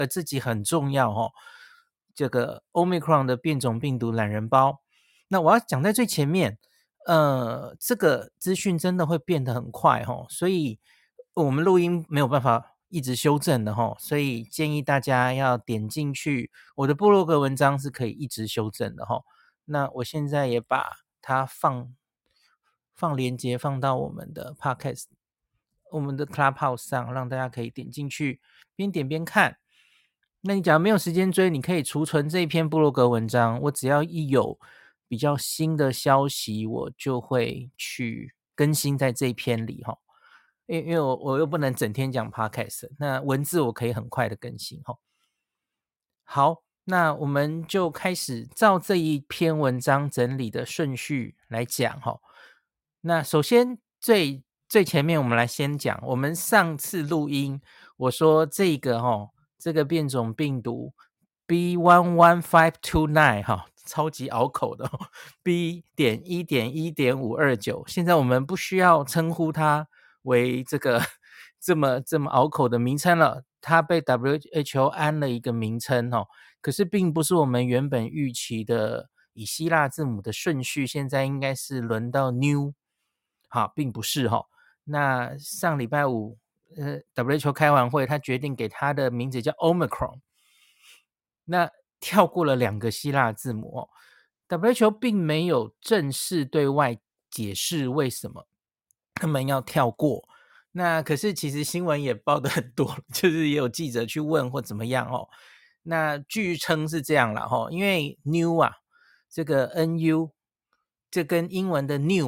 自己很重要这个 Omicron 的变种病毒懒人包。那我要讲在最前面，这个资讯真的会变得很快所以我们录音没有办法一直修正的所以建议大家要点进去，我的部落格文章是可以一直修正的那我现在也把它放连结放到我们的 Podcast 我们的 Clubhouse 上，让大家可以点进去边点边看。那你假如没有时间追，你可以储存这一篇部落格文章，我只要一有比较新的消息，我就会去更新在这一篇里因为我又不能整天讲 podcast， 那文字我可以很快的更新好，那我们就开始照这一篇文章整理的顺序来讲那首先最前面我们来先讲，我们上次录音我说这个变种病毒 B11529 超级拗口的B.1.1.529， 现在我们不需要称呼它为这个这么拗口的名称了，它被 WHO 安了一个名称可是并不是我们原本预期的以希腊字母的顺序，现在应该是轮到 New 并不是那上礼拜五WHO 开完会，他决定给他的名字叫 Omicron， 那跳过了2个希腊字母WHO 并没有正式对外解释为什么他们要跳过，那可是其实新闻也报得很多，就是也有记者去问或怎么样那据称是这样啦因为 New 这个 NU 这跟英文的 New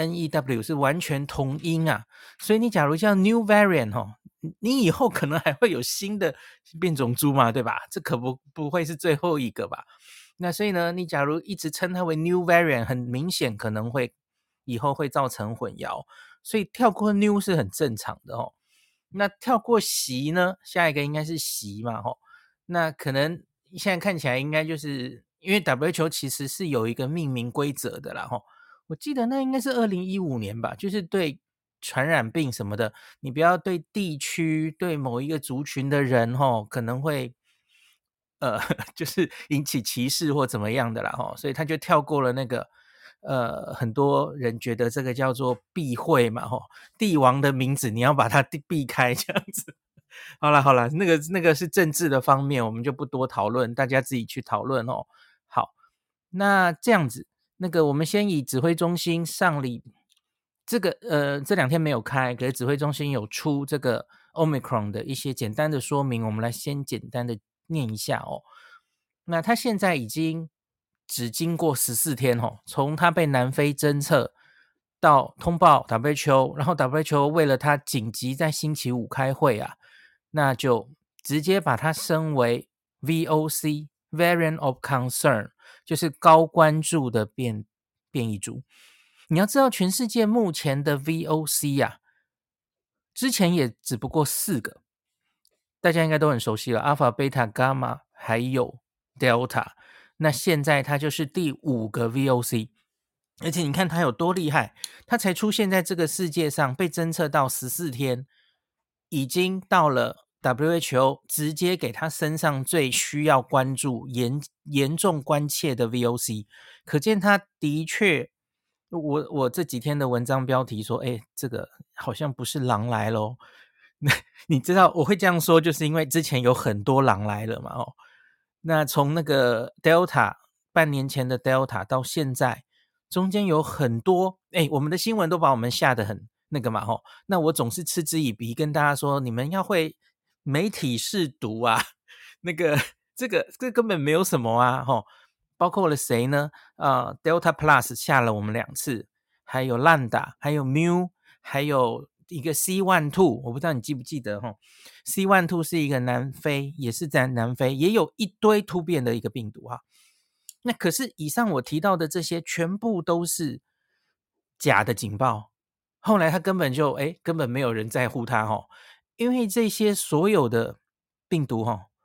NEW 是完全同音所以你假如叫 New Variant你以后可能还会有新的变种株嘛，对吧？这可不会是最后一个吧？那所以呢，你假如一直称它为 New Variant， 很明显可能会以后会造成混淆，所以跳过 New 是很正常的那跳过习呢，下一个应该是习嘛那可能现在看起来应该就是因为 WHO 其实是有一个命名规则的啦我记得那应该是2015年吧，就是对传染病什么的，你不要对地区对某一个族群的人可能会就是引起歧视或怎么样的啦所以他就跳过了那个很多人觉得这个叫做避讳嘛帝王的名字你要把它避开这样子。好啦，那个是政治的方面，我们就不多讨论，大家自己去讨论好，那这样子，那个我们先以指挥中心这2天没有开，可是指挥中心有出这个 Omicron 的一些简单的说明，我们来先简单的念一下那他现在已经只经过14天从他被南非侦测到通报 WHO， 然后 WHO 为了他紧急在星期五开会那就直接把它升为 VOC Variant of Concern， 就是高关注的变异株。你要知道全世界目前的 VOC 之前也只不过4个，大家应该都很熟悉了 Alpha Beta Gamma 还有 Delta， 那现在它就是第5个 VOC， 而且你看它有多厉害，它才出现在这个世界上被侦测到14天，已经到了 WHO 直接给它身上最需要关注严重关切的 VOC， 可见它的确我这几天的文章标题说这个好像不是狼来咯你知道我会这样说，就是因为之前有很多狼来了嘛那从那个 Delta 半年前的 Delta 到现在中间有很多我们的新闻都把我们吓得很那个嘛那我总是嗤之以鼻跟大家说，你们要会媒体识读那个这根本没有什么包括了谁呢Delta Plus 下了我们2次，还有 Lambda 还有 Mu 还有一个 C12， 我不知道你记不记得C12 是一个南非，也是在南非也有一堆突变的一个病毒那可是以上我提到的这些全部都是假的警报，后来他根本没有人在乎他因为这些所有的病毒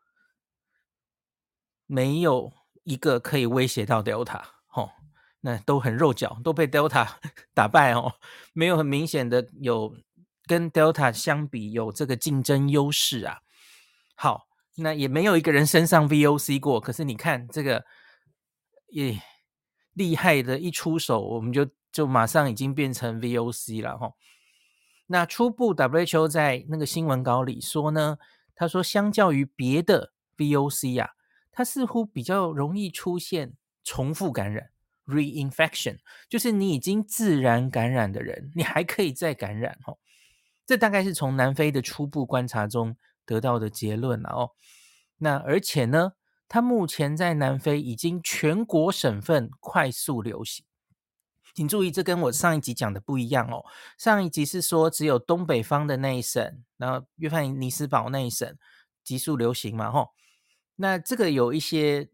没有一个可以威胁到 Delta那都很肉脚，都被 Delta 打败没有很明显的有跟 Delta 相比有这个竞争优势好， 那也没有一个人身上 VOC 过，可是你看这个也厉害的一出手，我们就马上已经变成 VOC 了齁。那初步 WHO 在那个新闻稿里说呢，他说相较于别的 VOC 啊，它似乎比较容易出现重复感染 reinfection， 就是你已经自然感染的人，你还可以再感染齁。这大概是从南非的初步观察中得到的结论了哦。那而且呢，它目前在南非已经全国省份快速流行。请注意，这跟我上一集讲的不一样哦。上一集是说只有东北方的那一省，然后约翰尼斯堡那一省急速流行嘛，吼。那这个有一些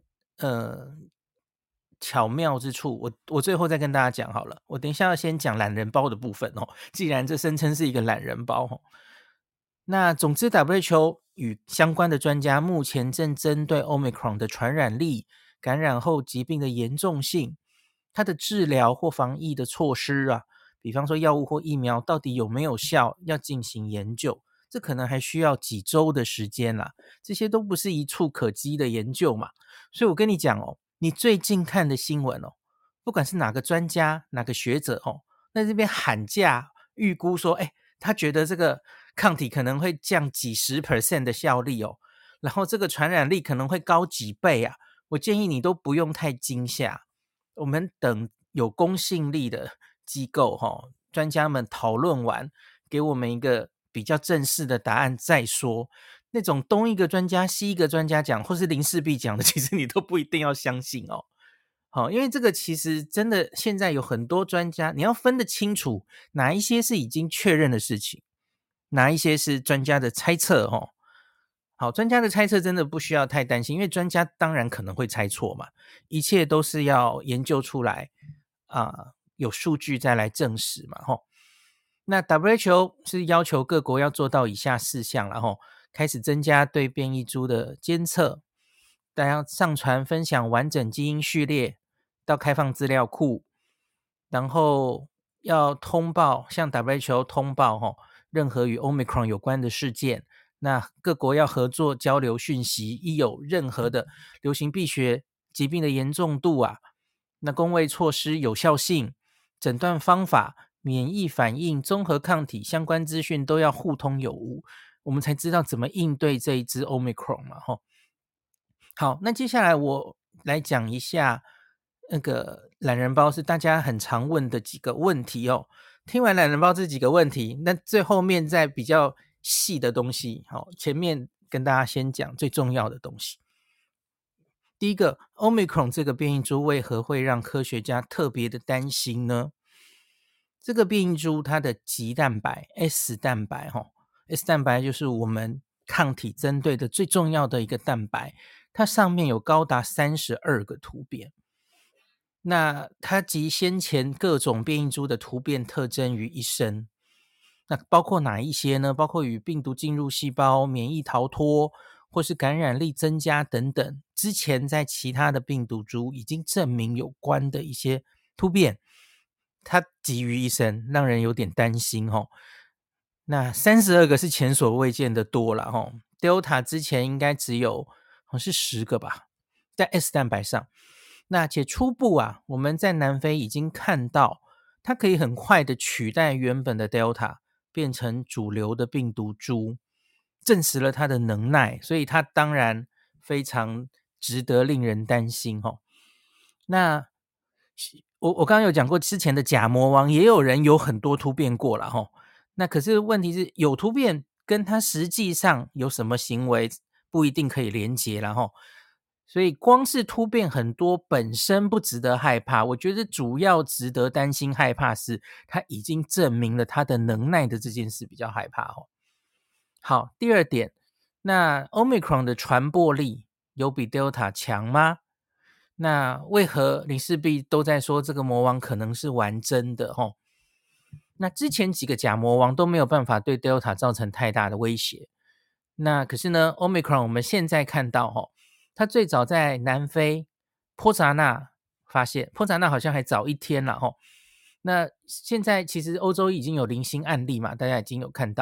巧妙之处，我最后再跟大家讲好了。我等一下要先讲懒人包的部分哦，既然这声称是一个懒人包哦。那总之 WHO 与相关的专家目前正针对 Omicron 的传染力、感染后疾病的严重性、它的治疗或防疫的措施啊，比方说药物或疫苗到底有没有效，要进行研究，这可能还需要几周的时间啦，这些都不是一触可及的研究嘛。所以我跟你讲哦，你最近看的新闻哦，不管是哪个专家、哪个学者哦，在这边喊价预估说，他觉得这个抗体可能会降几10% 的效力哦，然后这个传染力可能会高几倍啊，我建议你都不用太惊吓，我们等有公信力的机构专家们讨论完，给我们一个比较正式的答案再说。那种东一个专家西一个专家讲，或是林氏璧讲的，其实你都不一定要相信哦。好，因为这个其实真的现在有很多专家，你要分得清楚哪一些是已经确认的事情，哪一些是专家的猜测哦。好，专家的猜测真的不需要太担心，因为专家当然可能会猜错嘛，一切都是要研究出来有数据再来证实嘛吼。那 WHO 是要求各国要做到以下4项啦吼，开始增加对变异株的监测，大家上传分享完整基因序列到开放资料库，然后要通报向 WHO 通报任何与 Omicron 有关的事件，那各国要合作交流讯息，一有任何的流行病学疾病的严重度那公卫措施有效性、诊断方法、免疫反应、综合抗体相关资讯都要互通有无，我们才知道怎么应对这一支 Omicron 嘛吼。好，那接下来我来讲一下那个懒人包是大家很常问的几个问题哦。听完懒人包这几个问题，那最后面再比较细的东西，好，前面跟大家先讲最重要的东西。第一个 Omicron 这个变异株为何会让科学家特别的担心呢？这个变异株它的棘蛋白 S 蛋白S 蛋白就是我们抗体针对的最重要的一个蛋白，它上面有高达32个突变，那它集先前各种变异株的突变特征于一身。那包括哪一些呢？包括与病毒进入细胞、免疫逃脱或是感染力增加等等，之前在其他的病毒株已经证明有关的一些突变，它集于一身，让人有点担心那32个是前所未见的多了Delta 之前应该只有好像是10个吧，在 S 蛋白上。那且初步我们在南非已经看到它可以很快的取代原本的 Delta 变成主流的病毒株，证实了它的能耐，所以它当然非常值得令人担心那我刚刚有讲过，之前的假魔王也有人有很多突变过了那可是问题是有突变跟他实际上有什么行为不一定可以连结啦所以光是突变很多本身不值得害怕，我觉得主要值得担心害怕是他已经证明了他的能耐的这件事比较害怕好，第二点，那 Omicron 的传播力有比 Delta 强吗？那为何林氏璧都在说这个魔王可能是玩真的那之前几个假魔王都没有办法对 Delta 造成太大的威胁，那可是呢 Omicron 我们现在看到它最早在南非波札那发现，波札那好像还早1天了那现在其实欧洲已经有零星案例嘛，大家已经有看到，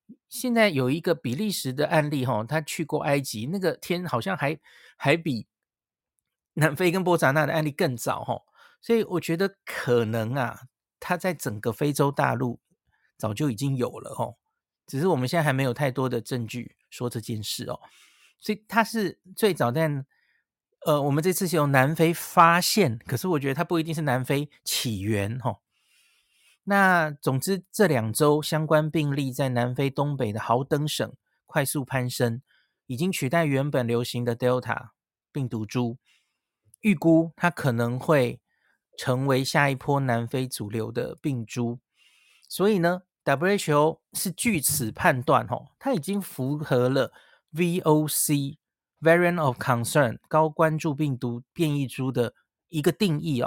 现在有一个比利时的案例他去过埃及，那个天好像还比南非跟波札那的案例更早所以我觉得可能啊，它在整个非洲大陆早就已经有了只是我们现在还没有太多的证据说这件事所以它是最早在我们这次是由南非发现，可是我觉得它不一定是南非起源那总之这2周相关病例在南非东北的豪登省快速攀升，已经取代原本流行的 Delta 病毒株，预估它可能会成为下一波南非主流的病株。所以呢 WHO 是据此判断它已经符合了 VOC Variant of Concern 高关注病毒变异株的一个定义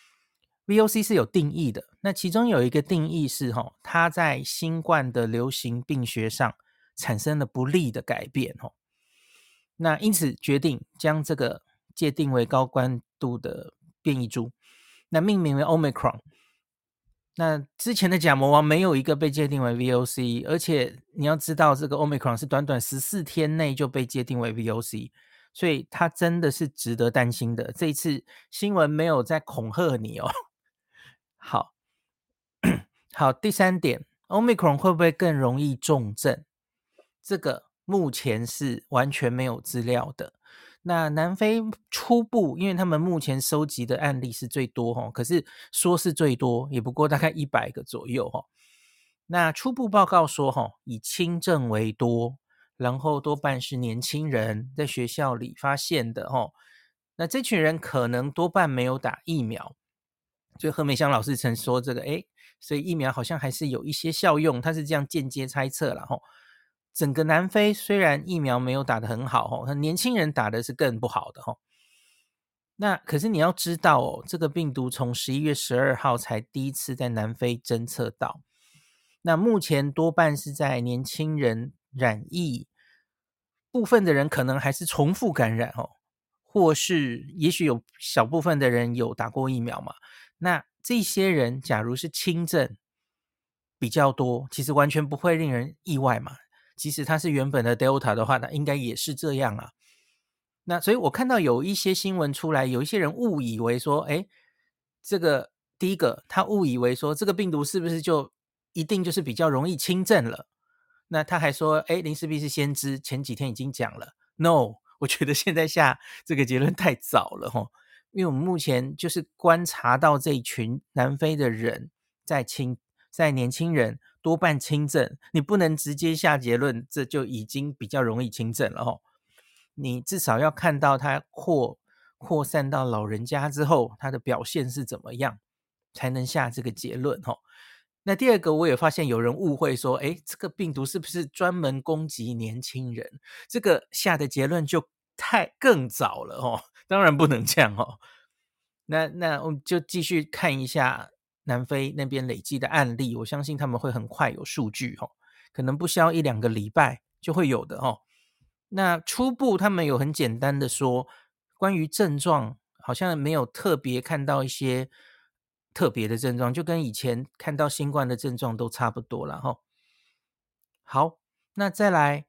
VOC 是有定义的，那其中有一个定义是它在新冠的流行病学上产生了不利的改变那因此决定将这个界定为高关度的变异株，那命名为 Omicron。那之前的假魔王没有一个被界定为 VOC， 而且你要知道这个 Omicron 是短短14天内就被界定为 VOC， 所以它真的是值得担心的。这一次新闻没有在恐吓你好好，第3点 Omicron 会不会更容易重症？这个目前是完全没有资料的。那南非初步，因为他们目前收集的案例是最多可是说是最多，也不过大概100个左右那初步报告说以轻症为多，然后多半是年轻人在学校里发现的那这群人可能多半没有打疫苗，所以何美香老师曾说这个所以疫苗好像还是有一些效用，他是这样间接猜测啦整个南非虽然疫苗没有打得很好年轻人打的是更不好的那可是你要知道这个病毒从11月12号才第一次在南非侦测到，那目前多半是在年轻人染疫，部分的人可能还是重复感染或是也许有小部分的人有打过疫苗嘛，那这些人假如是轻症比较多，其实完全不会令人意外嘛，即使它是原本的 Delta 的话，那应该也是这样啊。那所以我看到有一些新闻出来，有一些人误以为说这个第一个他误以为说这个病毒是不是就一定就是比较容易轻症了，那他还说林氏璧是先知，前几天已经讲了 No， 我觉得现在下这个结论太早了因为我们目前就是观察到这一群南非的人在年轻人多半轻症，你不能直接下结论这就已经比较容易轻症了你至少要看到它扩散到老人家之后，它的表现是怎么样，才能下这个结论那第二个，我也发现有人误会说，这个病毒是不是专门攻击年轻人？这个下的结论就更早了当然不能这样那我们就继续看一下南非那边累积的案例，我相信他们会很快有数据可能不需要1-2个礼拜就会有的那初步他们有很简单的说，关于症状好像没有特别看到一些特别的症状，就跟以前看到新冠的症状都差不多了好，那再来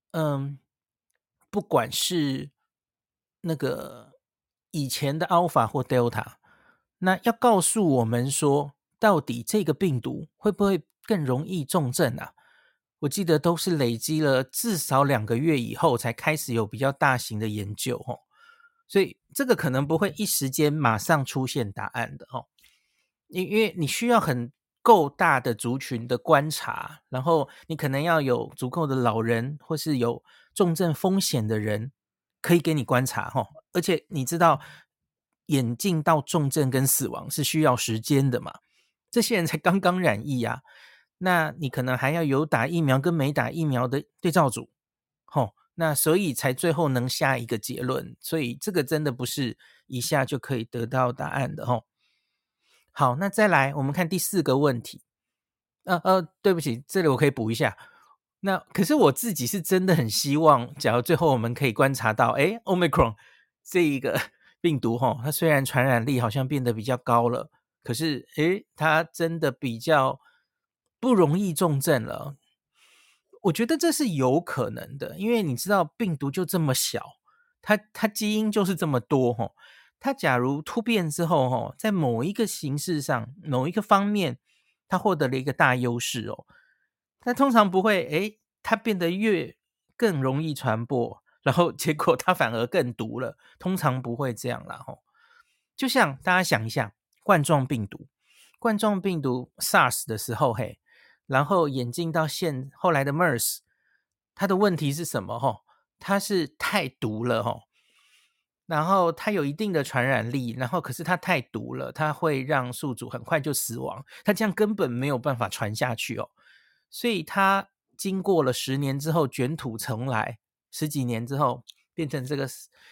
不管是那个以前的 Alpha 或 Delta， 那要告诉我们说到底这个病毒会不会更容易重症啊？我记得都是累积了至少2个月以后才开始有比较大型的研究所以这个可能不会一时间马上出现答案的因为你需要很够大的族群的观察，然后你可能要有足够的老人或是有重症风险的人可以给你观察而且你知道演进到重症跟死亡是需要时间的嘛，这些人才刚刚染疫啊，那你可能还要有打疫苗跟没打疫苗的对照组那所以才最后能下一个结论，所以这个真的不是一下就可以得到答案的好，那再来我们看第4个问题。对不起，这里我可以补一下。那可是我自己是真的很希望，假如最后我们可以观察到Omicron 这一个病毒它虽然传染力好像变得比较高了，可是它真的比较不容易重症了。 我觉得这是有可能的，因为你知道病毒就这么小，它基因就是这么多齁，它假如突变之后齁，在某一个形式上，某一个方面，它获得了一个大优势哦，它通常不会，它变得更容易传播，然后结果它反而更毒了，通常不会这样啦齁。就像大家想一下，冠状病毒 SARS 的时候，然后演进到后来的 MERS， 它的问题是什么？它是太毒了，然后它有一定的传染力，然后可是它太毒了，它会让宿主很快就死亡，它这样根本没有办法传下去哦。所以它经过了10年之后卷土重来，10几年之后变成这个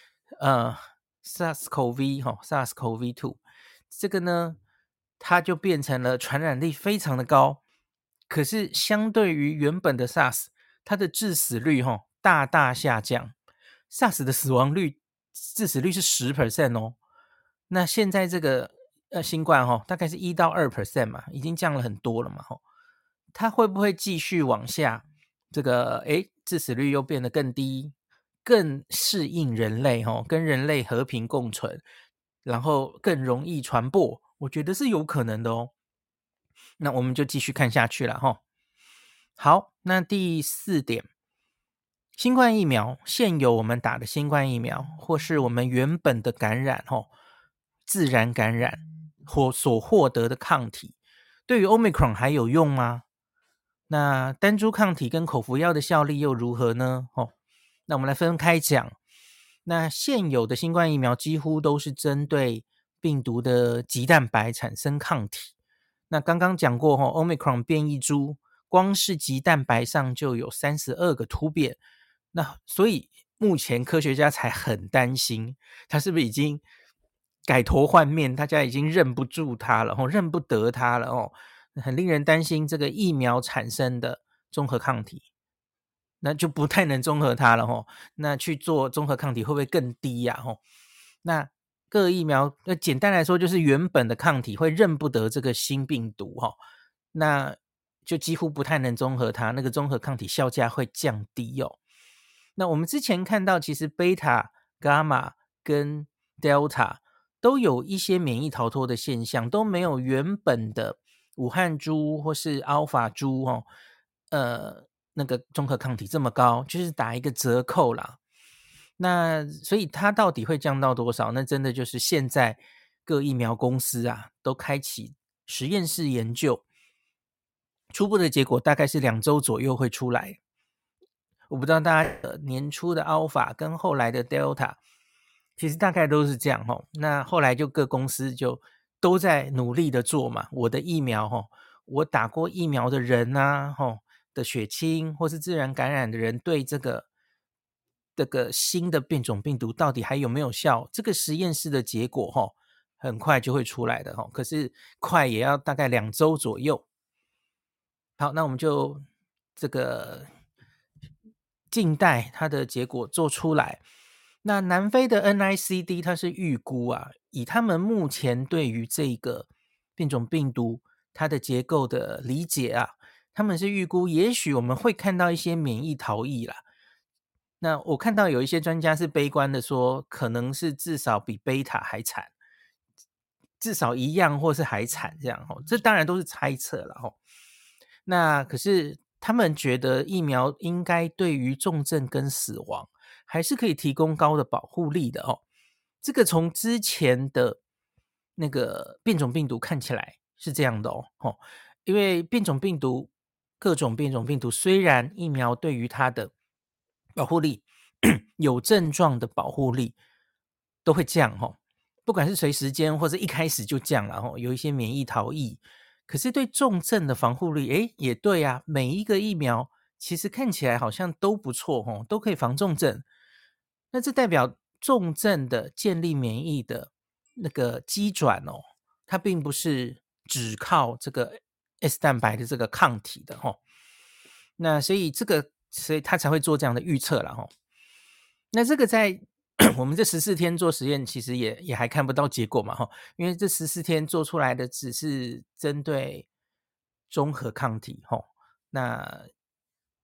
SARS-CoV-2，这个呢，它就变成了传染力非常的高，可是相对于原本的 SARS， 它的致死率大大下降。SARS 的致死率是 10% 哦，那现在这个新冠大概是1到2% 嘛，已经降了很多了嘛它会不会继续往下？这个致死率又变得更低，更适应人类跟人类和平共存，然后更容易传播，我觉得是有可能的哦。那我们就继续看下去了好，那第4点，新冠疫苗，现有我们打的新冠疫苗，或是我们原本的感染自然感染或所获得的抗体，对于 Omicron 还有用吗？那单株抗体跟口服药的效力又如何呢？那我们来分开讲。那现有的新冠疫苗几乎都是针对病毒的棘蛋白产生抗体。那刚刚讲过Omicron 变异株，光是棘蛋白上就有32个突变。那所以目前科学家才很担心，它是不是已经改头换面，大家已经认不住它了，认不得它了很令人担心这个疫苗产生的综合抗体，那就不太能综合它了那去做综合抗体会不会更低呀那各疫苗简单来说就是原本的抗体会认不得这个新病毒那就几乎不太能综合它，那个综合抗体效价会降低那我们之前看到其实贝塔、伽马跟 Delta 都有一些免疫逃脱的现象，都没有原本的武汉株或是 Alpha 株那个综合抗体这么高，就是打一个折扣啦。那所以它到底会降到多少？那真的就是现在各疫苗公司啊都开启实验室研究，初步的结果大概是2周左右会出来。我不知道大家年初的 Alpha 跟后来的 Delta 其实大概都是这样那后来就各公司就都在努力的做嘛，我的疫苗我打过疫苗的人啊的血清或是自然感染的人对这个新的变种病毒到底还有没有效，这个实验室的结果很快就会出来的可是快也要大概2周左右。好，那我们就这个静待它的结果做出来。那南非的 NICD 它是预估啊，以他们目前对于这个变种病毒它的结构的理解啊，他们是预估也许我们会看到一些免疫逃逸啦。那我看到有一些专家是悲观的说，可能是至少比贝塔还惨，至少一样或是还惨这样这当然都是猜测了那可是他们觉得疫苗应该对于重症跟死亡还是可以提供高的保护力的这个从之前的那个变种病毒看起来是这样的因为各种变种病毒虽然疫苗对于它的保护力有症状的保护力都会降不管是随时间或者一开始就降了有一些免疫逃逸，可是对重症的防护力也对啊，每一个疫苗其实看起来好像都不错都可以防重症。那这代表重症的建立免疫的那个机转它并不是只靠这个 S 蛋白的这个抗体的那所以他才会做这样的预测啦那这个在我们这14天做实验，其实也还看不到结果嘛因为这14天做出来的只是针对综合抗体那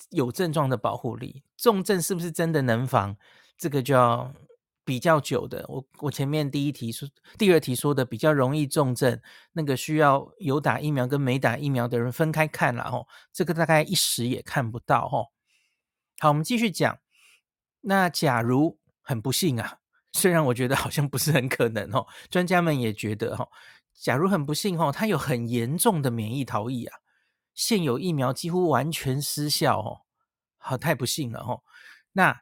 有症状的保护力，重症是不是真的能防？这个就要比较久的。我前面第二题说的比较容易重症，那个需要有打疫苗跟没打疫苗的人分开看啦吼，这个大概一时也看不到吼。好，我们继续讲。那假如很不幸啊，虽然我觉得好像不是很可能哦，专家们也觉得假如很不幸他有很严重的免疫逃逸啊，现有疫苗几乎完全失效好，太不幸了那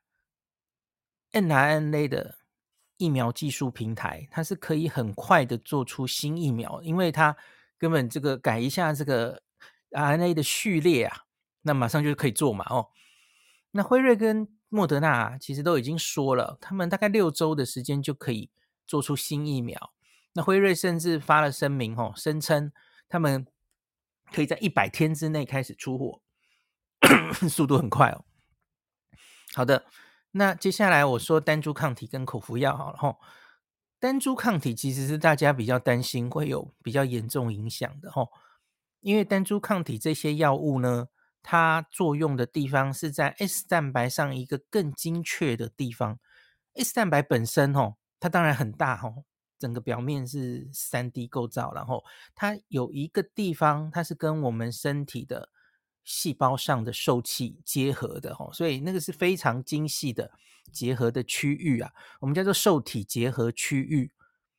mRNA 的疫苗技术平台，它是可以很快的做出新疫苗，因为它根本这个改一下这个 RNA 的序列啊，那马上就可以做嘛那辉瑞跟莫德纳其实都已经说了，他们大概6周的时间就可以做出新疫苗。那辉瑞甚至发了声明声称他们可以在100天之内开始出货，速度很快好的，那接下来我说单株抗体跟口服药好了单株抗体其实是大家比较担心会有比较严重影响的因为单株抗体这些药物呢，它作用的地方是在 S 蛋白上一个更精确的地方。S 蛋白本身它当然很大整个表面是 3D 构造，然后它有一个地方它是跟我们身体的细胞上的受器结合的所以那个是非常精细的结合的区域啊，我们叫做受体结合区域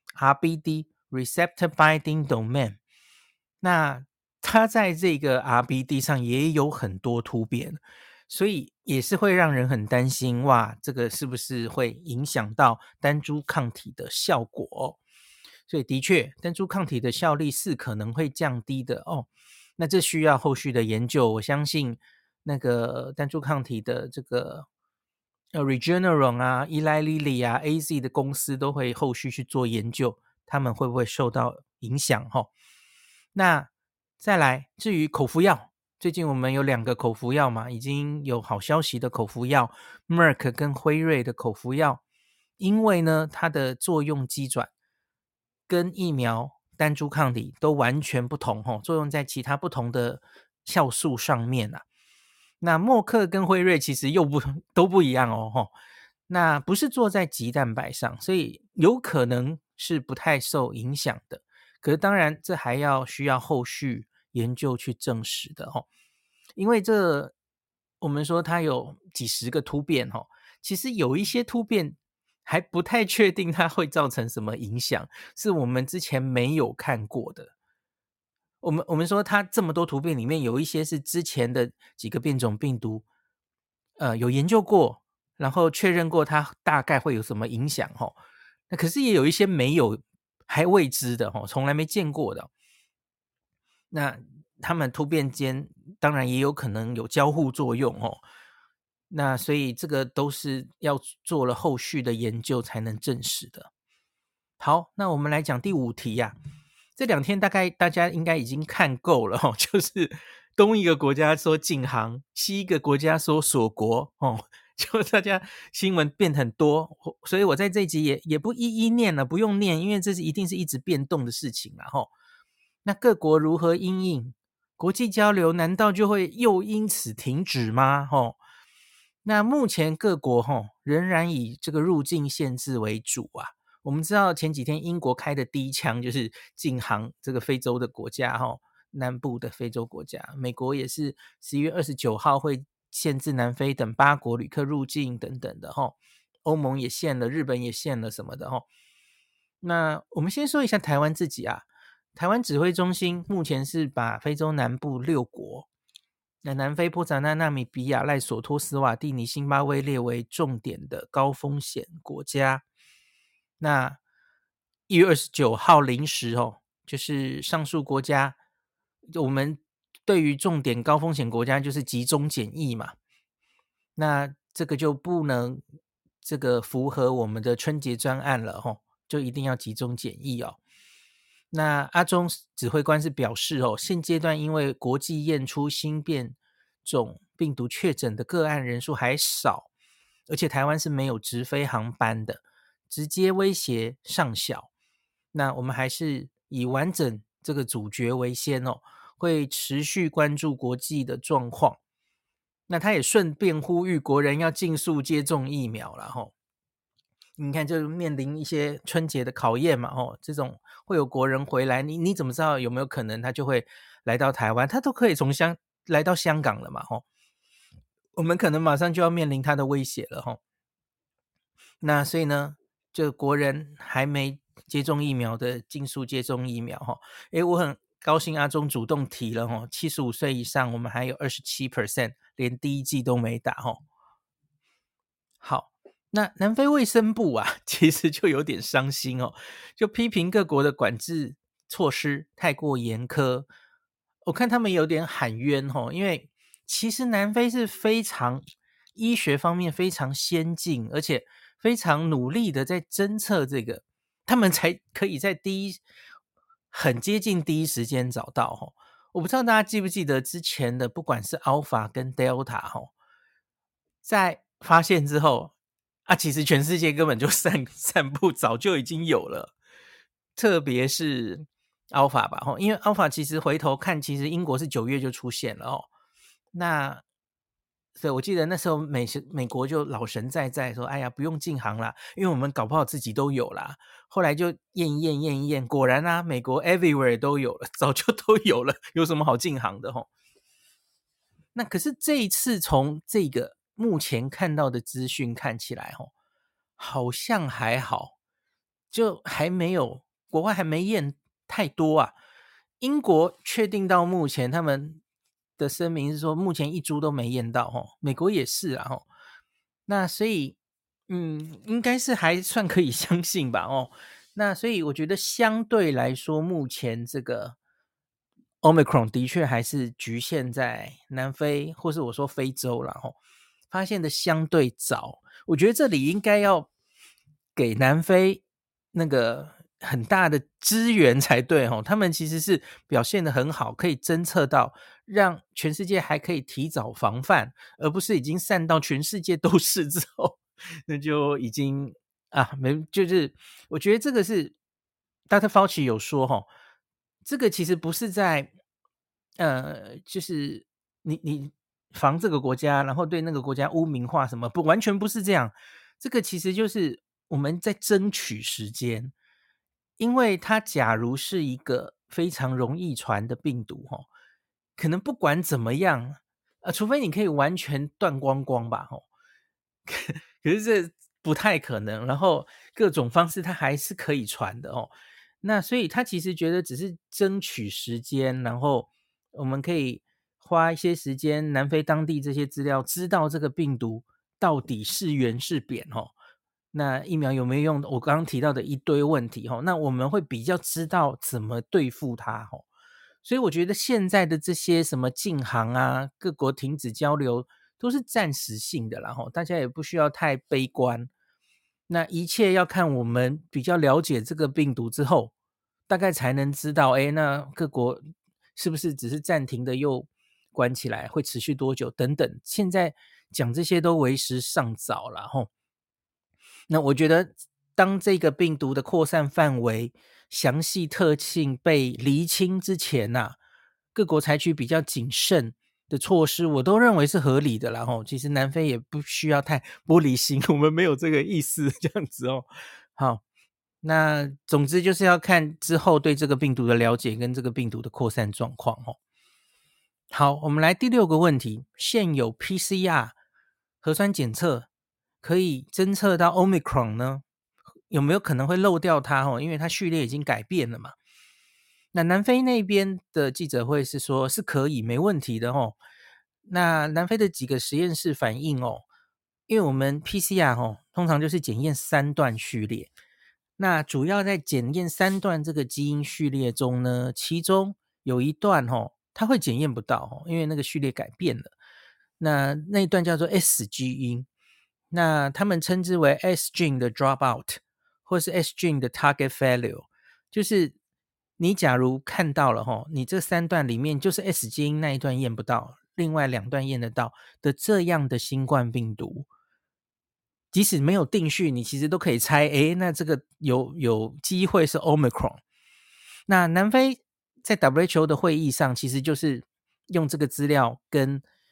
RBD Receptor Binding Domain。 那它在这个 RBD 上也有很多突变，所以也是会让人很担心哇，这个是不是会影响到单株抗体的效果所以的确单株抗体的效力是可能会降低的那这需要后续的研究，我相信那个单株抗体的这个Regeneron 啊 Eli Lilly 啊 AZ 的公司都会后续去做研究，他们会不会受到影响那再来至于口服药，最近我们有2个口服药嘛，已经有好消息的口服药 Merck 跟辉瑞的口服药，因为呢它的作用机转跟疫苗单株抗体都完全不同作用在其他不同的酵素上面啊。那默克跟辉瑞其实都不一样那不是做在棘蛋白上，所以有可能是不太受影响的，可是当然这还需要后续研究去证实的因为我们说它有几十个突变其实有一些突变还不太确定它会造成什么影响，是我们之前没有看过的。我们说它这么多突变里面有一些是之前的几个变种病毒有研究过，然后确认过它大概会有什么影响那可是也有一些没有，还未知的从来没见过的。那他们突变间当然也有可能有交互作用那所以这个都是要做了后续的研究才能证实的。好，那我们来讲第5题呀。这2天大概大家应该已经看够了就是东一个国家说禁航，西一个国家说锁国就大家新闻变很多，所以我在这一集也不一一念了，不用念，因为这一定是一直变动的事情啦那各国如何因应，国际交流难道就会又因此停止吗那目前各国仍然以这个入境限制为主啊。我们知道前几天英国开的第一枪就是禁航这个非洲的国家南部的非洲国家，美国也是11月29号会限制南非等8国旅客入境等等的欧盟也限了，日本也限了什么的那我们先说一下台湾自己啊，台湾指挥中心目前是把非洲南部6国，那南非、波札那、纳米比亚、赖索托、斯瓦蒂尼、辛巴威列为重点的高风险国家。那1月29号零时就是上述国家，我们对于重点高风险国家就是集中检疫嘛，那这个就不能这个符合我们的春节专案了就一定要集中检疫那阿中指挥官是表示现阶段因为国际验出新变种病毒确诊的个案人数还少，而且台湾是没有直飞航班的，直接威胁尚小，那我们还是以完整这个主角为先会持续关注国际的状况。 那他也顺便呼吁国人要尽速接种疫苗啦齁。你看就面临一些春节的考验嘛齁，这种会有国人回来，你怎么知道有没有可能他就会来到台湾，他都可以来到香港了嘛齁，我们可能马上就要面临他的威胁了齁。那所以呢，就国人还没接种疫苗的尽速接种疫苗齁。我很高兴阿中主动提了齁，75岁以上我们还有 27% 连第一剂都没打齁。好，那南非卫生部啊其实就有点伤心哦，就批评各国的管制措施太过严苛。我看他们有点喊冤齁，因为其实南非是非常医学方面非常先进，而且非常努力的在侦测这个，他们才可以在很接近第一时间找到齁。我不知道大家记不记得之前的不管是 Alpha 跟 Delta 齁，在发现之后啊，其实全世界根本就散布早就已经有了，特别是 Alpha 吧齁，因为 Alpha 其实回头看，其实英国是9月就出现了哦。那所以我记得那时候美国就老神在说，哎呀不用禁航啦，因为我们搞不好自己都有啦。后来就验，果然啊，美国 everywhere 都有了，早就都有了，有什么好禁航的齁。那可是这一次从这个目前看到的资讯看起来齁，好像还好，就还没有国外还没验太多啊。英国确定到目前他们的声明是说目前一株都没验到齁，美国也是啊齁。那所以应该是还算可以相信吧哦。那所以我觉得相对来说目前这个 Omicron 的确还是局限在南非或是我说非洲啦齁，发现的相对早。我觉得这里应该要给南非那个很大的资源才对齁，他们其实是表现得很好，可以侦测到让全世界还可以提早防范，而不是已经散到全世界都是之后那就已经就是我觉得这个是 Dr. Fauci 有说齁，这个其实不是在就是你防这个国家，然后对那个国家污名化什么，不完全不是这样。这个其实就是我们在争取时间，因为它假如是一个非常容易传的病毒齁，可能不管怎么样除非你可以完全断光光吧齁，可是这不太可能，然后各种方式它还是可以传的哦。那所以他其实觉得只是争取时间，然后我们可以花一些时间，南非当地这些资料，知道这个病毒到底是圆是扁哦。那疫苗有没有用？我刚刚提到的一堆问题哦，那我们会比较知道怎么对付它哦。所以我觉得现在的这些什么禁航啊，各国停止交流，都是暂时性的啦齁，大家也不需要太悲观。那一切要看我们比较了解这个病毒之后，大概才能知道，那各国是不是只是暂停的又关起来，会持续多久等等。现在讲这些都为时尚早了齁。那我觉得当这个病毒的扩散范围、详细特性被厘清之前各国采取比较谨慎的措施，我都认为是合理的啦齁。其实南非也不需要太玻璃心，我们没有这个意思这样子哦。好，那总之就是要看之后对这个病毒的了解跟这个病毒的扩散状况哦。好，我们来第6个问题，现有 PCR 核酸检测可以侦测到 Omicron 呢？有没有可能会漏掉它因为它序列已经改变了嘛。那南非那边的记者会是说是可以没问题的那南非的几个实验室反映因为我们 PCR 通常就是检验3段序列，那主要在检验3段这个基因序列中呢，其中有一段它会检验不到因为那个序列改变了。那一段叫做 S 基因，那他们称之为 S gene 的 dropout 或是 S gene 的 target failure， 就是你假如看到了你这3段里面就是 S 基因那一段验不到，另外2段验得到的这样的新冠病毒，即使没有定序，你其实都可以猜那这个有机会是 Omicron。 那南非在 WHO 的会议上其实就是用这个资料跟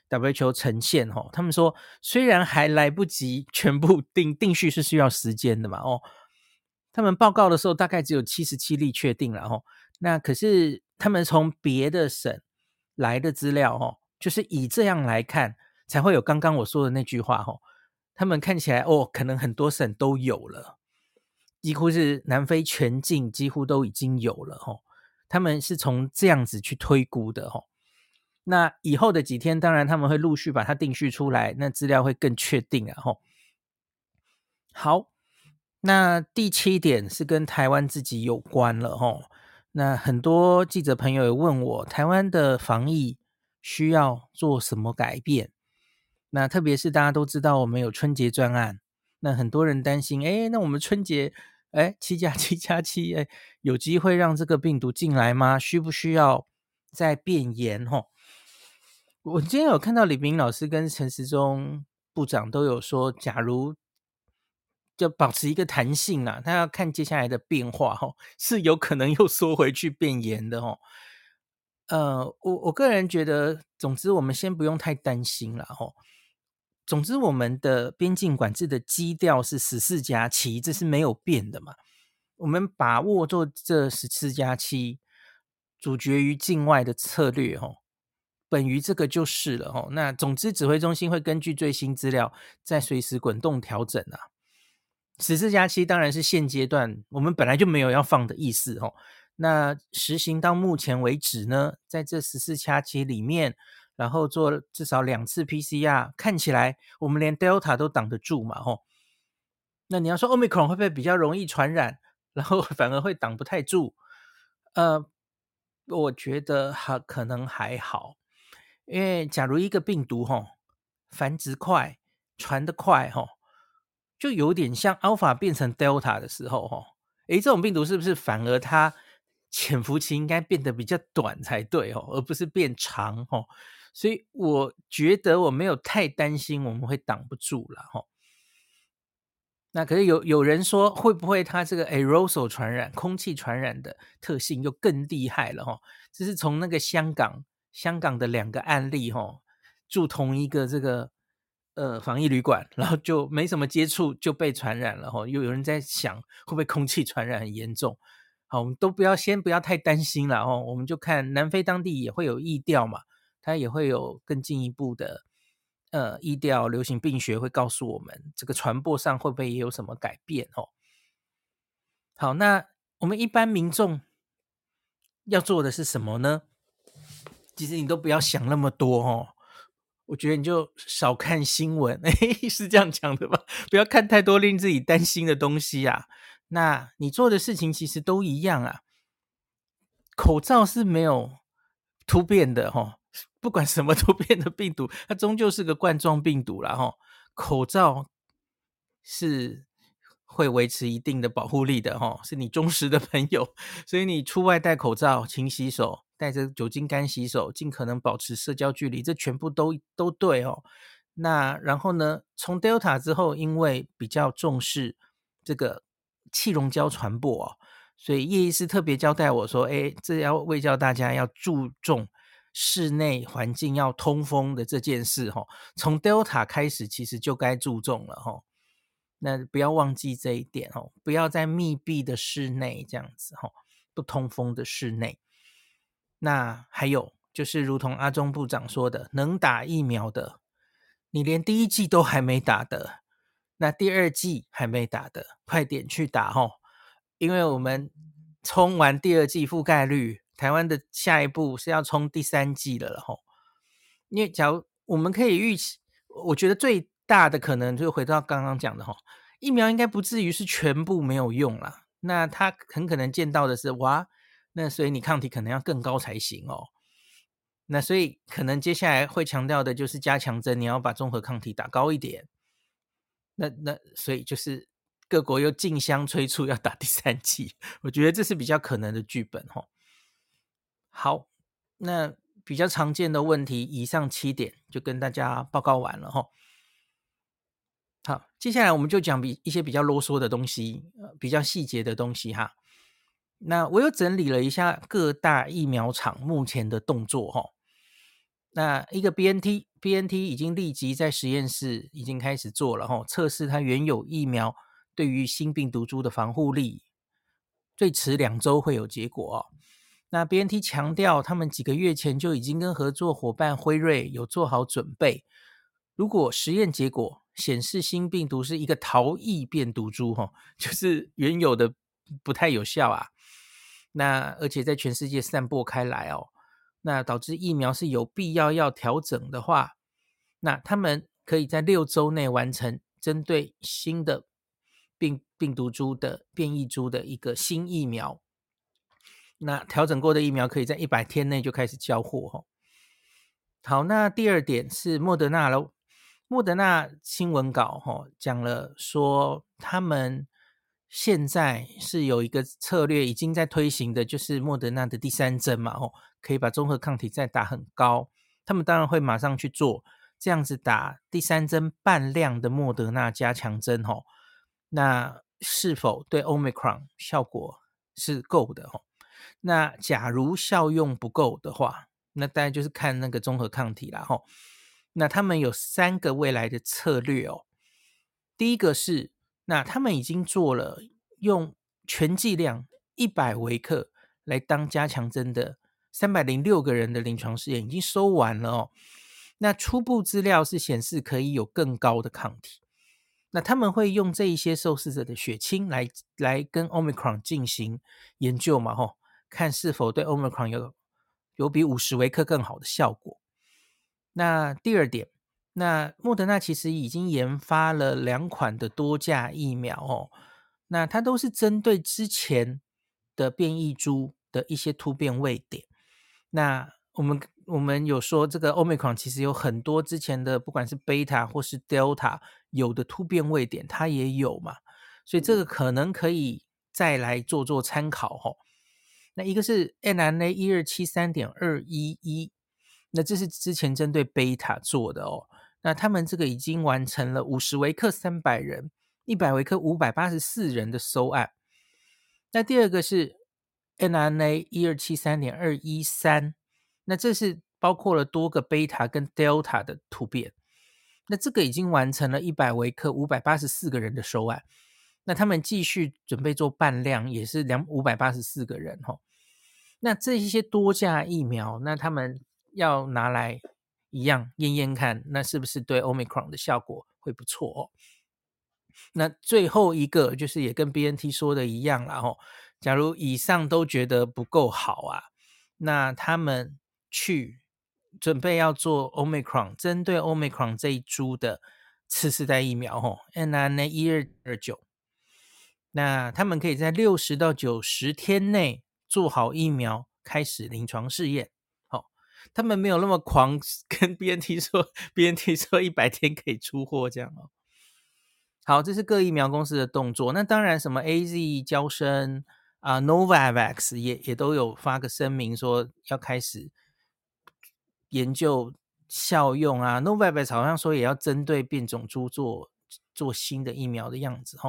WHO 呈现他们说虽然还来不及全部定序是需要时间的嘛他们报告的时候大概只有77例确定了那可是他们从别的省来的资料就是以这样来看才会有刚刚我说的那句话他们看起来可能很多省都有了，几乎是南非全境几乎都已经有了他们是从这样子去推估的那以后的几天当然他们会陆续把它定序出来，那资料会更确定好，那第7点是跟台湾自己有关了那很多记者朋友也问我台湾的防疫需要做什么改变，那特别是大家都知道我们有春节专案，那很多人担心那我们春节7+7+7有机会让这个病毒进来吗？需不需要再变严我今天有看到李明老师跟陈时中部长都有说，假如就保持一个弹性啦，他要看接下来的变化是有可能又缩回去变严的我个人觉得，总之我们先不用太担心啦总之我们的边境管制的基调是14+7，这是没有变的嘛。我们把握做这14+7，主角于境外的策略本于这个就是了那总之指挥中心会根据最新资料再随时滚动调整啊。14+7当然是现阶段我们本来就没有要放的意思那实行到目前为止呢，在这14+7里面，然后做至少2次 PCR， 看起来我们连 Delta 都挡得住嘛那你要说 Omicron 会不会比较容易传染，然后反而会挡不太住我觉得可能还好，因为假如一个病毒繁殖快传得快就有点像 Alpha 变成 Delta 的时候这种病毒是不是反而它潜伏期应该变得比较短才对而不是变长所以我觉得我没有太担心我们会挡不住啦那可是有人说会不会它这个 aerosol 传染空气传染的特性又更厉害了这是从那个香港的2个案例住同一个这个防疫旅馆，然后就没什么接触就被传染了又有人在想会不会空气传染很严重好，我们都先不要太担心了我们就看南非当地也会有疫调嘛，它也会有更进一步的疫调流行病学会告诉我们这个传播上会不会也有什么改变好，那我们一般民众要做的是什么呢？其实你都不要想那么多我觉得你就少看新闻是这样讲的吧，不要看太多令自己担心的东西啊。那你做的事情其实都一样啊，口罩是没有突变的不管什么突变的病毒它终究是个冠状病毒啦口罩是会维持一定的保护力的是你忠实的朋友，所以你出外戴口罩、勤洗手、带着酒精干洗手，尽可能保持社交距离，这全部都对那然后呢，从 Delta 之后，因为比较重视这个气溶胶传播所以叶医师特别交代我说这要卫教大家要注重室内环境要通风的这件事从 Delta 开始其实就该注重了那不要忘记这一点不要在密闭的室内这样子不通风的室内。那还有就是如同阿中部长说的，能打疫苗的，你连第1剂都还没打的，那第2剂还没打的，快点去打因为我们冲完第2剂覆盖率，台湾的下一步是要冲第3剂了因为假如我们可以预期，我觉得最大的可能就回到刚刚讲的疫苗应该不至于是全部没有用啦，那它很可能见到的是哇，那所以你抗体可能要更高才行那所以可能接下来会强调的就是加强针，你要把综合抗体打高一点。那所以就是各国又竞相催促要打第3剂，我觉得这是比较可能的剧本好，那比较常见的问题，以上7点就跟大家报告完了好，接下来我们就讲一些比较啰嗦的东西，比较细节的东西哈。那我又整理了一下各大疫苗厂目前的动作那一个 BNT 已经立即在实验室已经开始做了测试它原有疫苗对于新病毒株的防护力，最迟2周会有结果那 BNT 强调，他们几个月前就已经跟合作伙伴辉瑞有做好准备，如果实验结果显示新病毒是一个逃逸变毒株就是原有的不太有效啊，那而且在全世界散播开来那导致疫苗是有必要调整的话，那他们可以在6周内完成针对新的病毒株的变异株的一个新疫苗。那调整过的疫苗可以在100天内就开始交货好，那第二点是莫德纳咯。莫德纳新闻稿讲了说，他们现在是有一个策略已经在推行的，就是莫德纳的第3针嘛可以把综合抗体再打很高，他们当然会马上去做，这样子打第3针半量的莫德纳加强针那是否对 Omicron 效果是够的那假如效用不够的话，那大概就是看那个综合抗体啦那他们有3个未来的策略第一个是，那他们已经做了用全剂量100微克来当加强针的306个人的临床试验已经收完了那初步资料是显示可以有更高的抗体。那他们会用这一些受试者的血清来跟 Omicron 进行研究嘛看是否对 Omicron 有比50微克更好的效果。那第二点，那莫德纳其实已经研发了2款的多价疫苗那它都是针对之前的变异株的一些突变位点。那我们有说这个 Omicron 其实有很多之前的不管是 Beta 或是 Delta 有的突变位点它也有嘛，所以这个可能可以再来做参考那一个是 mRNA 1273.211，那这是之前针对 Beta 做的那他们这个已经完成了50微克300人，100微克584人的收案。那第二个是 mRNA 1273.213，那这是包括了多个 Beta 跟 Delta 的突变，那这个已经完成了100微克584个人的收案。那他们继续准备做半量，也是584个人那这一些多价疫苗，那他们要拿来一样验验看，那是不是对 Omicron 的效果会不错那最后一个就是也跟 BNT 说的一样啦假如以上都觉得不够好啊，那他们去准备要做 Omicron 针对 Omicron 这一株的次世代疫苗mRNA 1229，那他们可以在60到90天内做好疫苗开始临床试验他们没有那么狂跟 BNT 说100天可以出货这样好，这是各疫苗公司的动作。那当然什么 AZ 嬌生Novavax 也都有发个声明说要开始研究效用Novavax 好像说也要针对变种株做新的疫苗的样子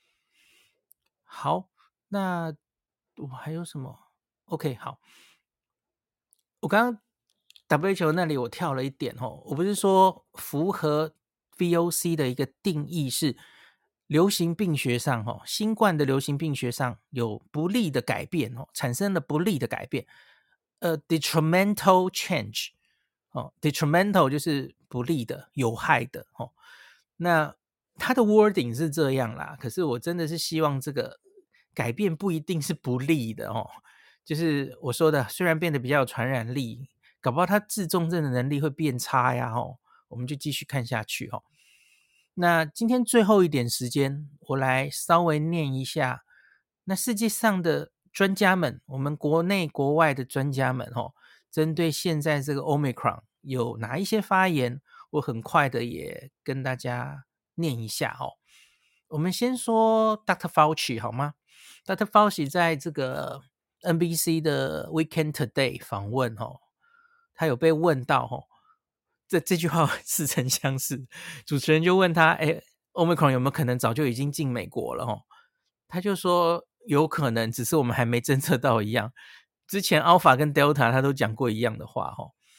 好，那我还有什么 OK 好，我刚刚 WHO 那里我跳了一点我不是说符合 VOC 的一个定义是流行病学上新冠的流行病学上有不利的改变产生了不利的改变detrimental change detrimental 就是不利的有害的那它的 wording 是这样啦，可是我真的是希望这个改变不一定是不利的就是我说的虽然变得比较有传染力，搞不好它治重症的能力会变差呀我们就继续看下去那今天最后一点时间，我来稍微念一下那世界上的专家们，我们国内国外的专家们针对现在这个 Omicron 有哪一些发言，我很快的也跟大家念一下我们先说 Dr. Fauci 好吗？ Dr. Fauci 在这个 NBC 的 Weekend Today 访问他有被问到这句话似曾相识，主持人就问他Omicron 有没有可能早就已经进美国了他就说有可能，只是我们还没侦测到一样，之前 Alpha 跟 Delta 他都讲过一样的话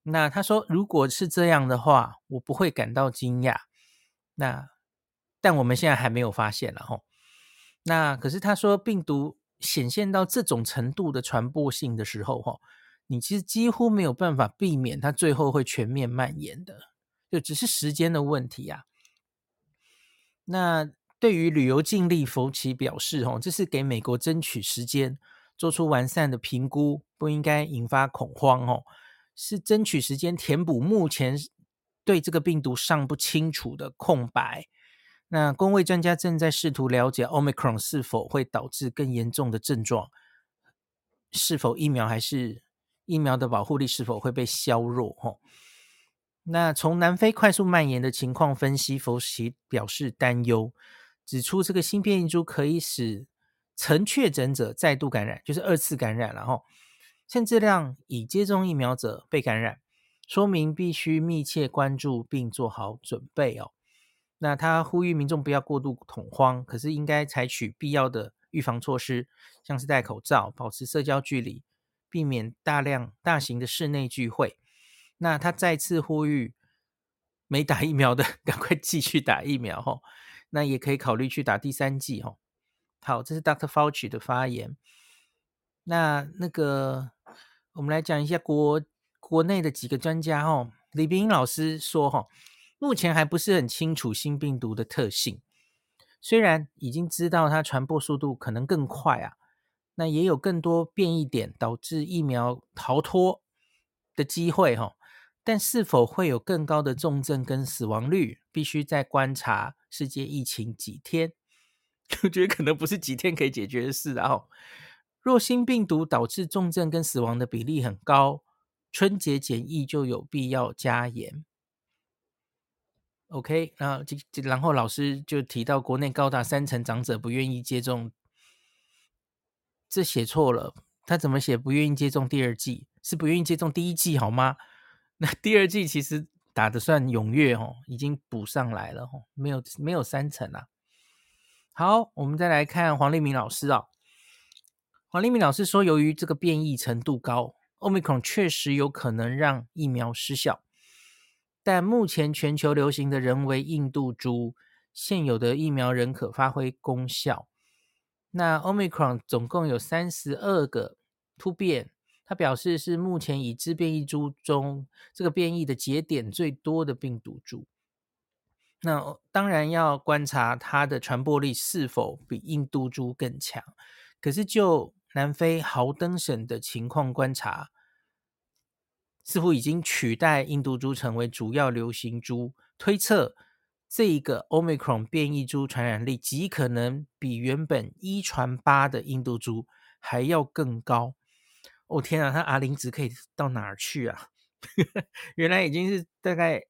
那他说，如果是这样的话，我不会感到惊讶。但我们现在还没有发现了吼。那可是他说，病毒显现到这种程度的传播性的时候吼，你其实几乎没有办法避免它最后会全面蔓延的，就只是时间的问题啊。那对于旅游禁令，福奇表示这是给美国争取时间，做出完善的评估，不应该引发恐慌是争取时间填补目前对这个病毒尚不清楚的空白。那公卫专家正在试图了解 Omicron 是否会导致更严重的症状，是否疫苗的保护力是否会被削弱那从南非快速蔓延的情况分析，福奇表示担忧，指出这个新变异株可以使曾确诊者再度感染，就是二次感染了甚至让已接种疫苗者被感染，说明必须密切关注并做好准备那他呼吁民众不要过度恐慌，可是应该采取必要的预防措施，像是戴口罩、保持社交距离，避免大型的室内聚会。那他再次呼吁没打疫苗的赶快继续打疫苗那也可以考虑去打第3剂好，这是 Dr. Fauci 的发言。那个我们来讲一下国内的几个专家李秉英老师说目前还不是很清楚新病毒的特性，虽然已经知道它传播速度可能更快那也有更多变异点导致疫苗逃脱的机会但是否会有更高的重症跟死亡率，必须再观察世界疫情几天。我觉得可能不是几天可以解决的事若新病毒导致重症跟死亡的比例很高，春节检疫就有必要加严。OK， 然后老师就提到国内高达30%长者不愿意接种，这写错了，他怎么写不愿意接种第2剂？是不愿意接种第1剂好吗？那第2剂其实打得算踊跃已经补上来了没有30%啊。好，我们再来看黄立明老师黄立明老师说，由于这个变异程度高， Omicron 确实有可能让疫苗失效，但目前全球流行的人为印度株，现有的疫苗仍可发挥功效。那 Omicron 总共有32个突变，他表示是目前已知变异株中这个变异的节点最多的病毒株。那当然要观察它的传播力是否比印度株更强，可是就南非豪登省的情况观察，似乎已经取代印度株成为主要流行株，推测这一个 Omicron 变异株传染力极可能比原本1传8的印度株还要更高。天啊，它 R 零值可以到哪儿去啊？原来已经是大概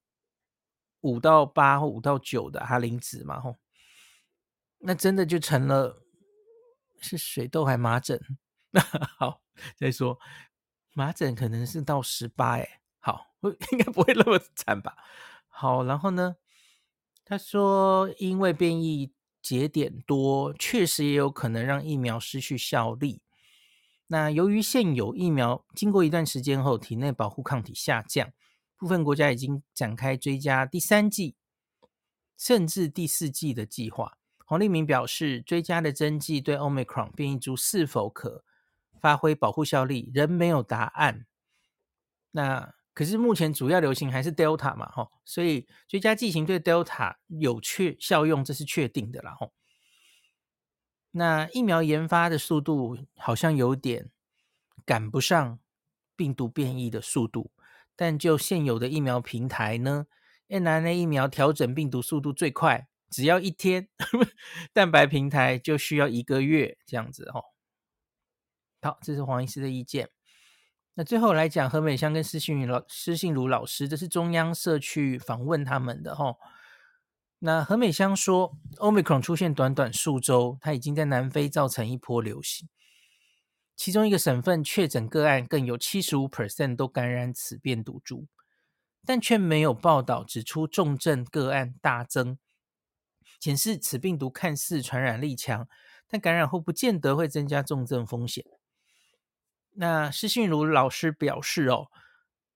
5到8或5到9的R 零值嘛那真的就成了是水痘还麻疹？好，再说麻疹可能是到18好，应该不会那么惨吧？好，然后呢，他说因为变异节点多，确实也有可能让疫苗失去效力。那由于现有疫苗经过一段时间后，体内保护抗体下降，部分国家已经展开追加第3剂甚至第4剂的计划。黄立明表示，追加的针剂对 Omicron 变异株是否可发挥保护效力仍没有答案。那可是目前主要流行还是 Delta 嘛所以追加剂型对 Delta 有效用，这是确定的啦那疫苗研发的速度好像有点赶不上病毒变异的速度，但就现有的疫苗平台呢， mRNA 疫苗调整病毒速度最快只要1天蛋白平台就需要1个月这样子好，这是黄医师的意见。那最后来讲何美香跟施信如老师，这是中央社去访问他们的那何美香说 Omicron 出现短短数周，它已经在南非造成一波流行，其中一个省份确诊个案更有 75% 都感染此变毒株，但却没有报道指出重症个案大增，显示此病毒看似传染力强，但感染后不见得会增加重症风险。那施信如老师表示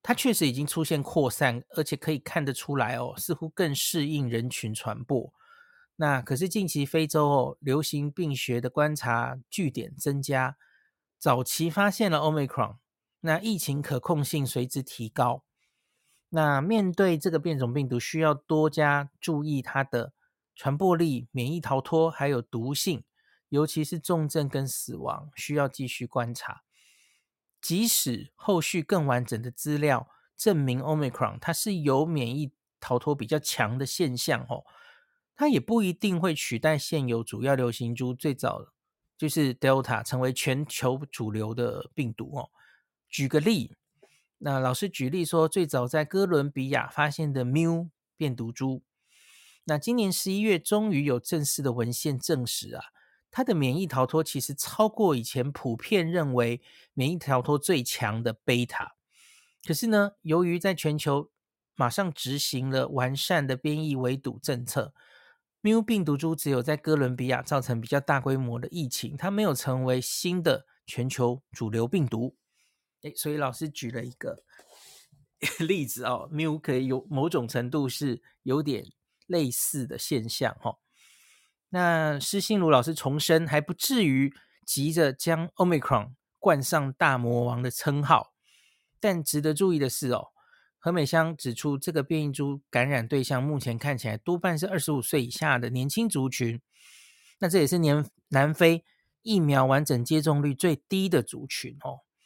它确实已经出现扩散，而且可以看得出来哦，似乎更适应人群传播。那可是近期非洲流行病学的观察据点增加，早期发现了 Omicron， 那疫情可控性随之提高。那面对这个变种病毒，需要多加注意它的传播力、免疫逃脱，还有毒性，尤其是重症跟死亡，需要继续观察。即使后续更完整的资料证明 Omicron 它是有免疫逃脱比较强的现象它也不一定会取代现有主要流行株最早就是 Delta 成为全球主流的病毒举个例，那老师举例说，最早在哥伦比亚发现的 Mu 变毒株，那今年11月终于有正式的文献证实啊，它的免疫逃脱其实超过以前普遍认为免疫逃脱最强的贝塔。可是呢，由于在全球马上执行了完善的变异围堵政策，Mu 病毒株只有在哥伦比亚造成比较大规模的疫情，它没有成为新的全球主流病毒。所以老师举了一个例子Mu 可以有某种程度是有点类似的现象那施心如老师重申，还不至于急着将 Omicron 冠上大魔王的称号。但值得注意的是何美香指出，这个变异株感染对象目前看起来多半是25岁以下的年轻族群，那这也是南非疫苗完整接种率最低的族群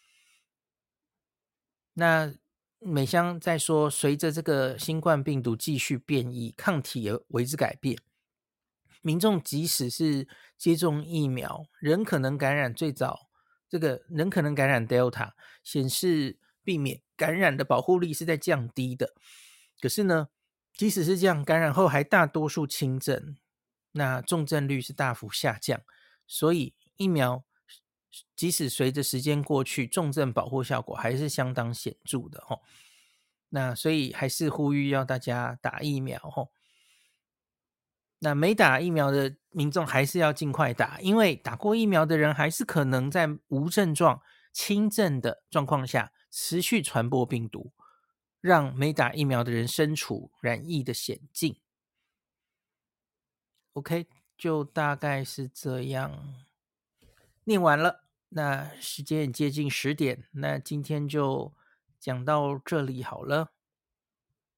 那美香在说，随着这个新冠病毒继续变异，抗体也为之改变，民众即使是接种疫苗，仍可能感染仍可能感染 Delta， 显示避免感染的保护力是在降低的。可是呢，即使是这样，感染后还大多数轻症，那重症率是大幅下降，所以疫苗即使随着时间过去，重症保护效果还是相当显著的那所以还是呼吁要大家打疫苗那没打疫苗的民众还是要尽快打，因为打过疫苗的人还是可能在无症状、轻症的状况下持续传播病毒，让没打疫苗的人身处染疫的险境。OK， 就大概是这样。念完了，那时间也接近10点，那今天就讲到这里好了。